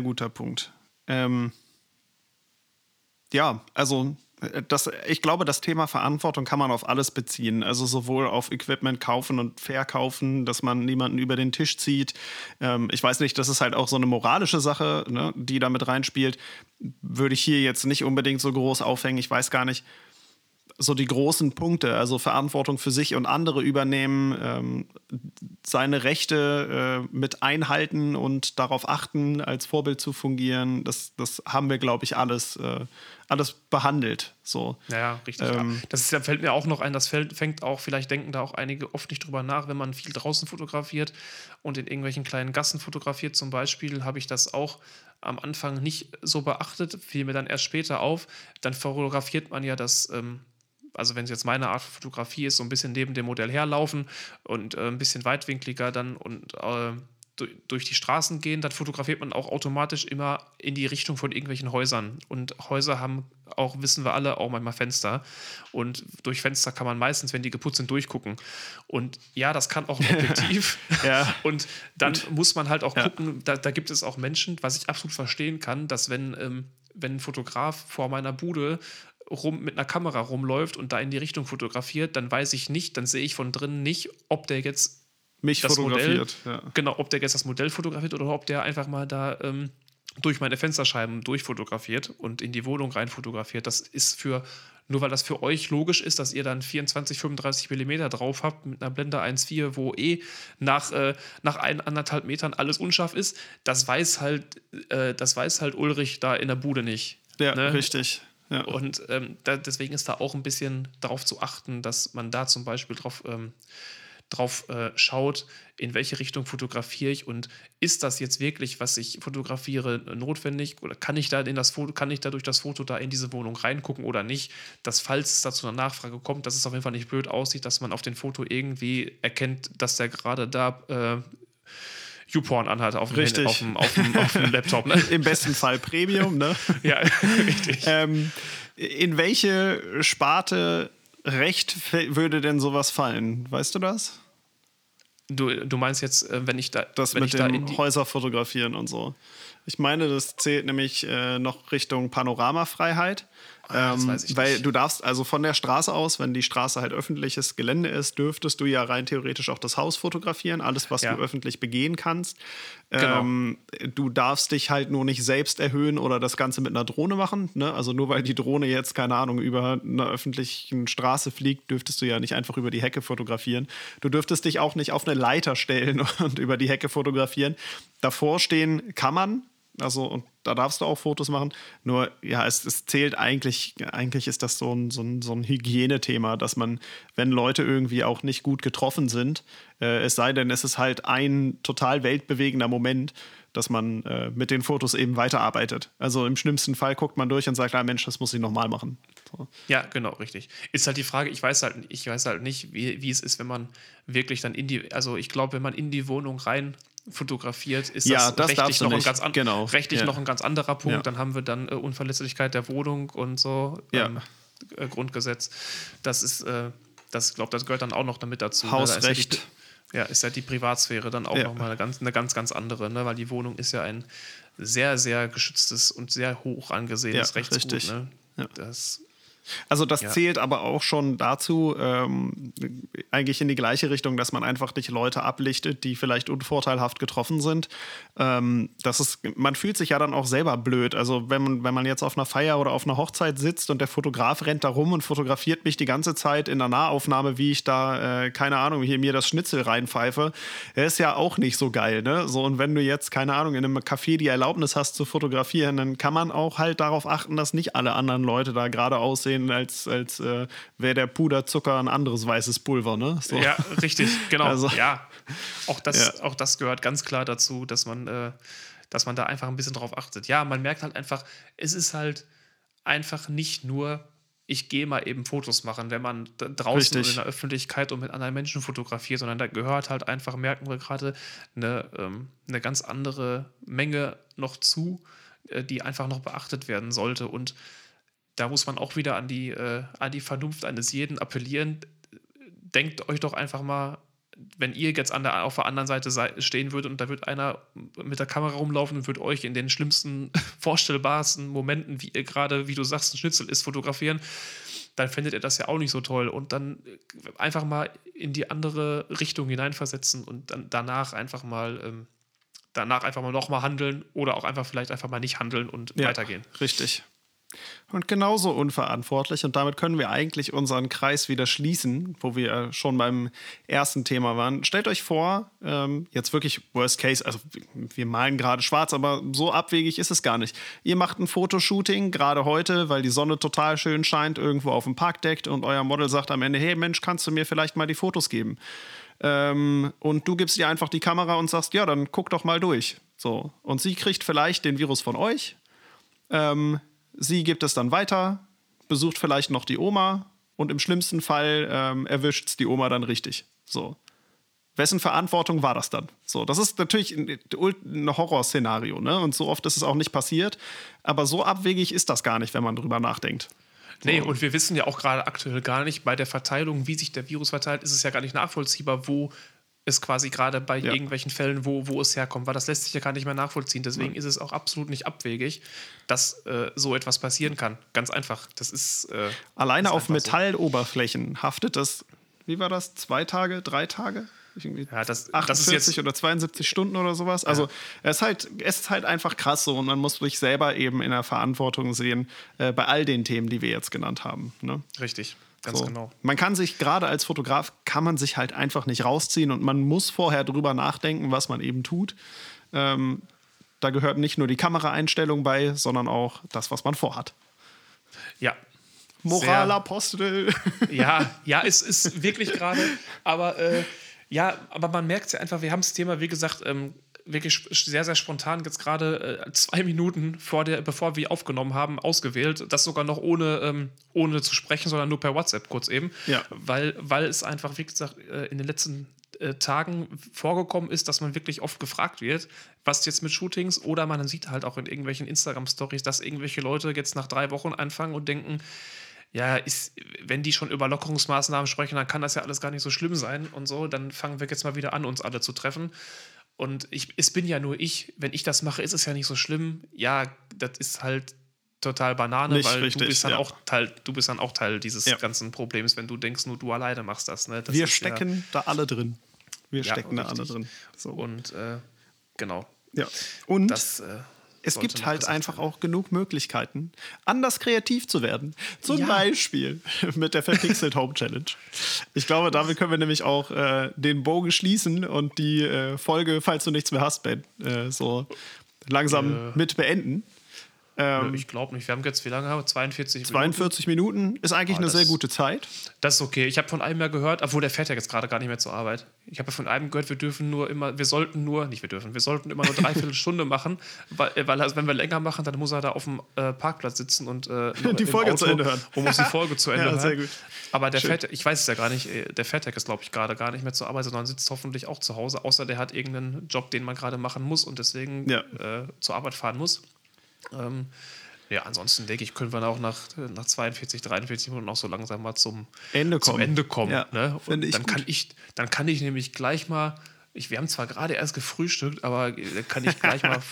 Ja, also ich glaube, das Thema Verantwortung kann man auf alles beziehen. Also sowohl auf Equipment kaufen und verkaufen, dass man niemanden über den Tisch zieht. Ich weiß nicht, das ist halt auch so eine moralische Sache, ne, die da mit reinspielt. Würde ich hier jetzt nicht unbedingt so groß aufhängen. Ich weiß gar nicht, so die großen Punkte, also Verantwortung für sich und andere übernehmen, seine Rechte mit einhalten und darauf achten, als Vorbild zu fungieren, das haben wir, glaube ich, alles behandelt. So. Ja, richtig. Das fällt mir auch noch ein, fängt auch, vielleicht denken da auch einige oft nicht drüber nach, wenn man viel draußen fotografiert und in irgendwelchen kleinen Gassen fotografiert zum Beispiel, habe ich das auch am Anfang nicht so beachtet, fiel mir dann erst später auf. Dann fotografiert man ja das, also wenn es jetzt meine Art von Fotografie ist, so ein bisschen neben dem Modell herlaufen und ein bisschen weitwinkliger dann und durch die Straßen gehen, dann fotografiert man auch automatisch immer in die Richtung von irgendwelchen Häusern. Und Häuser haben auch, wissen wir alle, auch manchmal Fenster. Und durch Fenster kann man meistens, wenn die geputzt sind, durchgucken. Und ja, das kann auch ein Objektiv. Ja. Und dann muss man halt auch gucken, da gibt es auch Menschen, was ich absolut verstehen kann, dass wenn ein Fotograf vor meiner Bude mit einer Kamera rumläuft und da in die Richtung fotografiert, dann weiß ich nicht, dann sehe ich von drinnen nicht, ob der jetzt mich das fotografiert. Modell, genau, ob der jetzt das Modell fotografiert oder ob der einfach mal da durch meine Fensterscheiben durchfotografiert und in die Wohnung rein fotografiert. Das ist nur weil das für euch logisch ist, dass ihr dann 24, 35 mm drauf habt mit einer Blende 1.4, wo nach 1,5 Metern alles unscharf ist, das weiß halt Ulrich da in der Bude nicht. Ja, ne? Richtig. Ja. Und deswegen ist da auch ein bisschen darauf zu achten, dass man da zum Beispiel drauf schaut, in welche Richtung fotografiere ich und ist das jetzt wirklich, was ich fotografiere, notwendig oder kann ich da durch das Foto da in diese Wohnung reingucken oder nicht, dass falls es da zu einer Nachfrage kommt, dass es auf jeden Fall nicht blöd aussieht, dass man auf dem Foto irgendwie erkennt, dass der gerade da YouPorn anhat auf dem Laptop. Ne? Im besten Fall Premium, ne? Ja, richtig. In welche Sparte Recht würde denn sowas fallen? Weißt du das? Du meinst jetzt, wenn ich da... Das wenn mit ich da dem Häuser fotografieren und so. Ich meine, das zählt nämlich noch Richtung Panoramafreiheit. Das weiß ich weil nicht. du darfst also von der Straße aus, wenn die Straße halt öffentliches Gelände ist, dürftest du ja rein theoretisch auch das Haus fotografieren, alles, was du öffentlich begehen kannst. Genau. Du darfst dich halt nur nicht selbst erhöhen oder das Ganze mit einer Drohne machen. Ne? Also nur weil die Drohne jetzt, keine Ahnung, über einer öffentlichen Straße fliegt, dürftest du ja nicht einfach über die Hecke fotografieren. Du dürftest dich auch nicht auf eine Leiter stellen und über die Hecke fotografieren. Davor stehen kann man. Also, und da darfst du auch Fotos machen. Nur, ja, es zählt eigentlich ist das so ein Hygienethema, dass man, wenn Leute irgendwie auch nicht gut getroffen sind, es sei denn, es ist halt ein total weltbewegender Moment, dass man mit den Fotos eben weiterarbeitet. Also im schlimmsten Fall guckt man durch und sagt, Mensch, das muss ich nochmal machen. So. Ja, genau, richtig. Ist halt die Frage, ich weiß halt nicht, wie es ist, wenn man wirklich dann also ich glaube, wenn man in die Wohnung rein fotografiert, ist das rechtlich noch ein ganz anderer Punkt. Ja. Dann haben wir dann Unverletzlichkeit der Wohnung und so, Grundgesetz. Das ist, das gehört dann auch noch damit dazu. Hausrecht. Ist ja die Privatsphäre dann auch nochmal eine ganz, ganz andere, ne? Weil die Wohnung ist ja ein sehr, sehr geschütztes und sehr hoch angesehenes Rechtsgut. Richtig. Ne? Ja. Das zählt aber auch schon dazu, eigentlich in die gleiche Richtung, dass man einfach nicht Leute ablichtet, die vielleicht unvorteilhaft getroffen sind. Man fühlt sich ja dann auch selber blöd. Also wenn man jetzt auf einer Feier oder auf einer Hochzeit sitzt und der Fotograf rennt da rum und fotografiert mich die ganze Zeit in der Nahaufnahme, wie ich da, keine Ahnung, hier mir das Schnitzel reinpfeife, ist ja auch nicht so geil, ne? So, und wenn du jetzt, keine Ahnung, in einem Café die Erlaubnis hast zu fotografieren, dann kann man auch halt darauf achten, dass nicht alle anderen Leute da gerade aussehen, als wäre der Puderzucker ein anderes weißes Pulver, ne? So. Ja, richtig, genau. Also, ja, auch das gehört ganz klar dazu, dass man da einfach ein bisschen drauf achtet. Ja, man merkt halt einfach, es ist halt einfach nicht nur, ich gehe mal eben Fotos machen, wenn man draußen oder in der Öffentlichkeit und mit anderen Menschen fotografiert, sondern da gehört halt einfach, merken wir gerade, eine ganz andere Menge noch zu, die einfach noch beachtet werden sollte. Und da muss man auch wieder an die Vernunft eines jeden appellieren. denkt euch doch einfach mal, wenn ihr jetzt auf der anderen Seite stehen würdet und da wird einer mit der Kamera rumlaufen und wird euch in den schlimmsten vorstellbarsten Momenten, wie ihr gerade, wie du sagst, ein Schnitzel ist, fotografieren, dann findet ihr das ja auch nicht so toll. Und dann einfach mal in die andere Richtung hineinversetzen und dann danach einfach mal nochmal handeln oder auch vielleicht einfach mal nicht handeln und weitergehen. Richtig. Und genauso unverantwortlich, und damit können wir eigentlich unseren Kreis wieder schließen, wo wir schon beim ersten Thema waren. Stellt euch vor, jetzt wirklich Worst Case, also wir malen gerade schwarz, aber so abwegig ist es gar nicht. Ihr macht ein Fotoshooting, gerade heute, weil die Sonne total schön scheint, irgendwo auf dem Parkdeck, und euer Model sagt am Ende, hey Mensch, kannst du mir vielleicht mal die Fotos geben? Und du gibst ihr einfach die Kamera und sagst, ja, dann guck doch mal durch. So. Und sie kriegt vielleicht den Virus von euch. Sie gibt es dann weiter, besucht vielleicht noch die Oma und im schlimmsten Fall erwischt es die Oma dann richtig. So. Wessen Verantwortung war das dann? So, das ist natürlich ein Horrorszenario, ne? Und so oft ist es auch nicht passiert. Aber so abwegig ist das gar nicht, wenn man drüber nachdenkt. So. Nee, und wir wissen ja auch gerade aktuell gar nicht, bei der Verteilung, wie sich der Virus verteilt, ist es ja gar nicht nachvollziehbar, wo es quasi gerade bei irgendwelchen Fällen, wo es herkommt, weil das lässt sich ja gar nicht mehr nachvollziehen. Deswegen ist es auch absolut nicht abwegig, dass so etwas passieren kann. Ganz einfach. Das ist alleine ist auf Metalloberflächen so. haftet das, wie war das, 2 Tage, 3 Tage? Ja, das 48 ist jetzt oder 72 Stunden oder sowas. Also es ist halt einfach krass so, und man muss sich selber eben in der Verantwortung sehen, bei all den Themen, die wir jetzt genannt haben. Ne? Richtig. Ganz genau. Man kann sich, gerade als Fotograf, kann man sich halt einfach nicht rausziehen, und man muss vorher drüber nachdenken, was man eben tut. Da gehört nicht nur die Kameraeinstellung bei, sondern auch das, was man vorhat. Ja. Moralapostel. Ja, es ist wirklich gerade, aber aber man merkt es ja einfach, wir haben das Thema, wie gesagt, wirklich sehr, sehr spontan jetzt gerade 2 Minuten bevor wir aufgenommen haben, ausgewählt. Das sogar noch ohne zu sprechen, sondern nur per WhatsApp kurz eben. Ja. Weil es einfach, wie gesagt, in den letzten Tagen vorgekommen ist, dass man wirklich oft gefragt wird, was jetzt mit Shootings, oder man sieht halt auch in irgendwelchen Instagram-Stories, dass irgendwelche Leute jetzt nach 3 Wochen anfangen und denken, ja, wenn die schon über Lockerungsmaßnahmen sprechen, dann kann das ja alles gar nicht so schlimm sein und so, dann fangen wir jetzt mal wieder an, uns alle zu treffen. Und es bin ja nur ich, wenn ich das mache, ist es ja nicht so schlimm. Ja, das ist halt total Banane, nicht weil richtig, du bist dann auch Teil dieses ganzen Problems, wenn du denkst, nur du alleine machst das. Ne? Wir stecken da alle drin. Wir stecken da alle drin. So. Und genau. Ja. Und das, es gibt halt einfach auch genug Möglichkeiten, anders kreativ zu werden. Zum Beispiel mit der Verpixelt Home Challenge. Ich glaube, damit können wir nämlich auch den Bogen schließen und die Folge, falls du nichts mehr hast, Ben, so langsam mit beenden. Ich glaube nicht. Wir haben jetzt, wie lange haben wir? 42 Minuten ist eigentlich eine sehr gute Zeit. Das ist okay. Ich habe von einem ja gehört, obwohl der fährt ja jetzt gerade gar nicht mehr zur Arbeit. Ich habe ja von einem gehört, wir sollten immer nur 3/4 Stunde machen, weil also wenn wir länger machen, dann muss er da auf dem Parkplatz sitzen und die Folge zu Ende hören. Und muss die Folge zu Ende hören. Sehr gut. Aber der fährt, ich weiß es ja gar nicht, der fährt ja jetzt, glaube ich, gerade gar nicht mehr zur Arbeit, sondern sitzt hoffentlich auch zu Hause, außer der hat irgendeinen Job, den man gerade machen muss und deswegen zur Arbeit fahren muss. Ansonsten denke ich, können wir auch nach 42, 43 Minuten auch so langsam mal zum Ende kommen. Ja, ne? Und dann kann ich nämlich gleich mal, wir haben zwar gerade erst gefrühstückt, aber kann ich gleich mal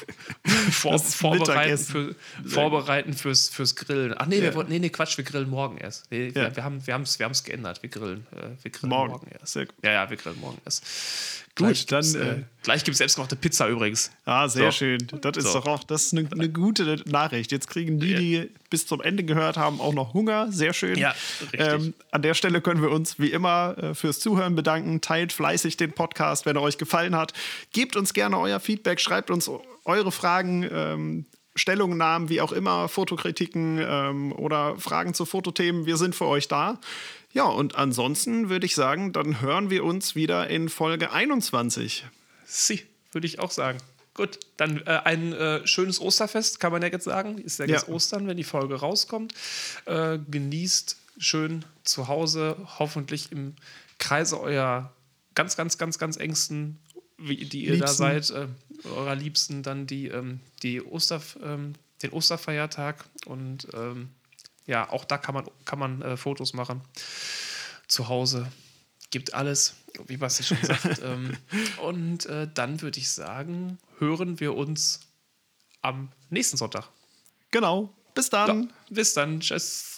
vorbereiten fürs Grillen. Ach nee, Quatsch, wir grillen morgen erst. Nee, wir haben es geändert. Wir grillen morgen erst. Ja, wir grillen morgen erst. Gut, dann gleich gibt es selbstgemachte Pizza übrigens. Ah, sehr schön. Das ist doch auch eine gute Nachricht. Jetzt kriegen die bis zum Ende gehört haben, auch noch Hunger. Sehr schön. Ja, richtig. An der Stelle können wir uns wie immer fürs Zuhören bedanken. Teilt fleißig den Podcast, wenn er euch gefallen hat. Gebt uns gerne euer Feedback, schreibt uns eure Fragen, Stellungnahmen, wie auch immer, Fotokritiken oder Fragen zu Fotothemen. Wir sind für euch da. Ja, und ansonsten würde ich sagen, dann hören wir uns wieder in Folge 21. Würde ich auch sagen. Gut, dann ein schönes Osterfest, kann man ja jetzt sagen. Ist ja jetzt Ostern, wenn die Folge rauskommt. Genießt schön zu Hause, hoffentlich im Kreise eurer ganz, ganz, ganz, ganz engsten, die ihr da seid, eurer Liebsten, dann den Osterfeiertag und auch da kann man Fotos machen zu Hause. gibt alles, wie Basti schon sagt. Und dann würde ich sagen, hören wir uns am nächsten Sonntag. Genau. Bis dann. Ja, bis dann. Tschüss.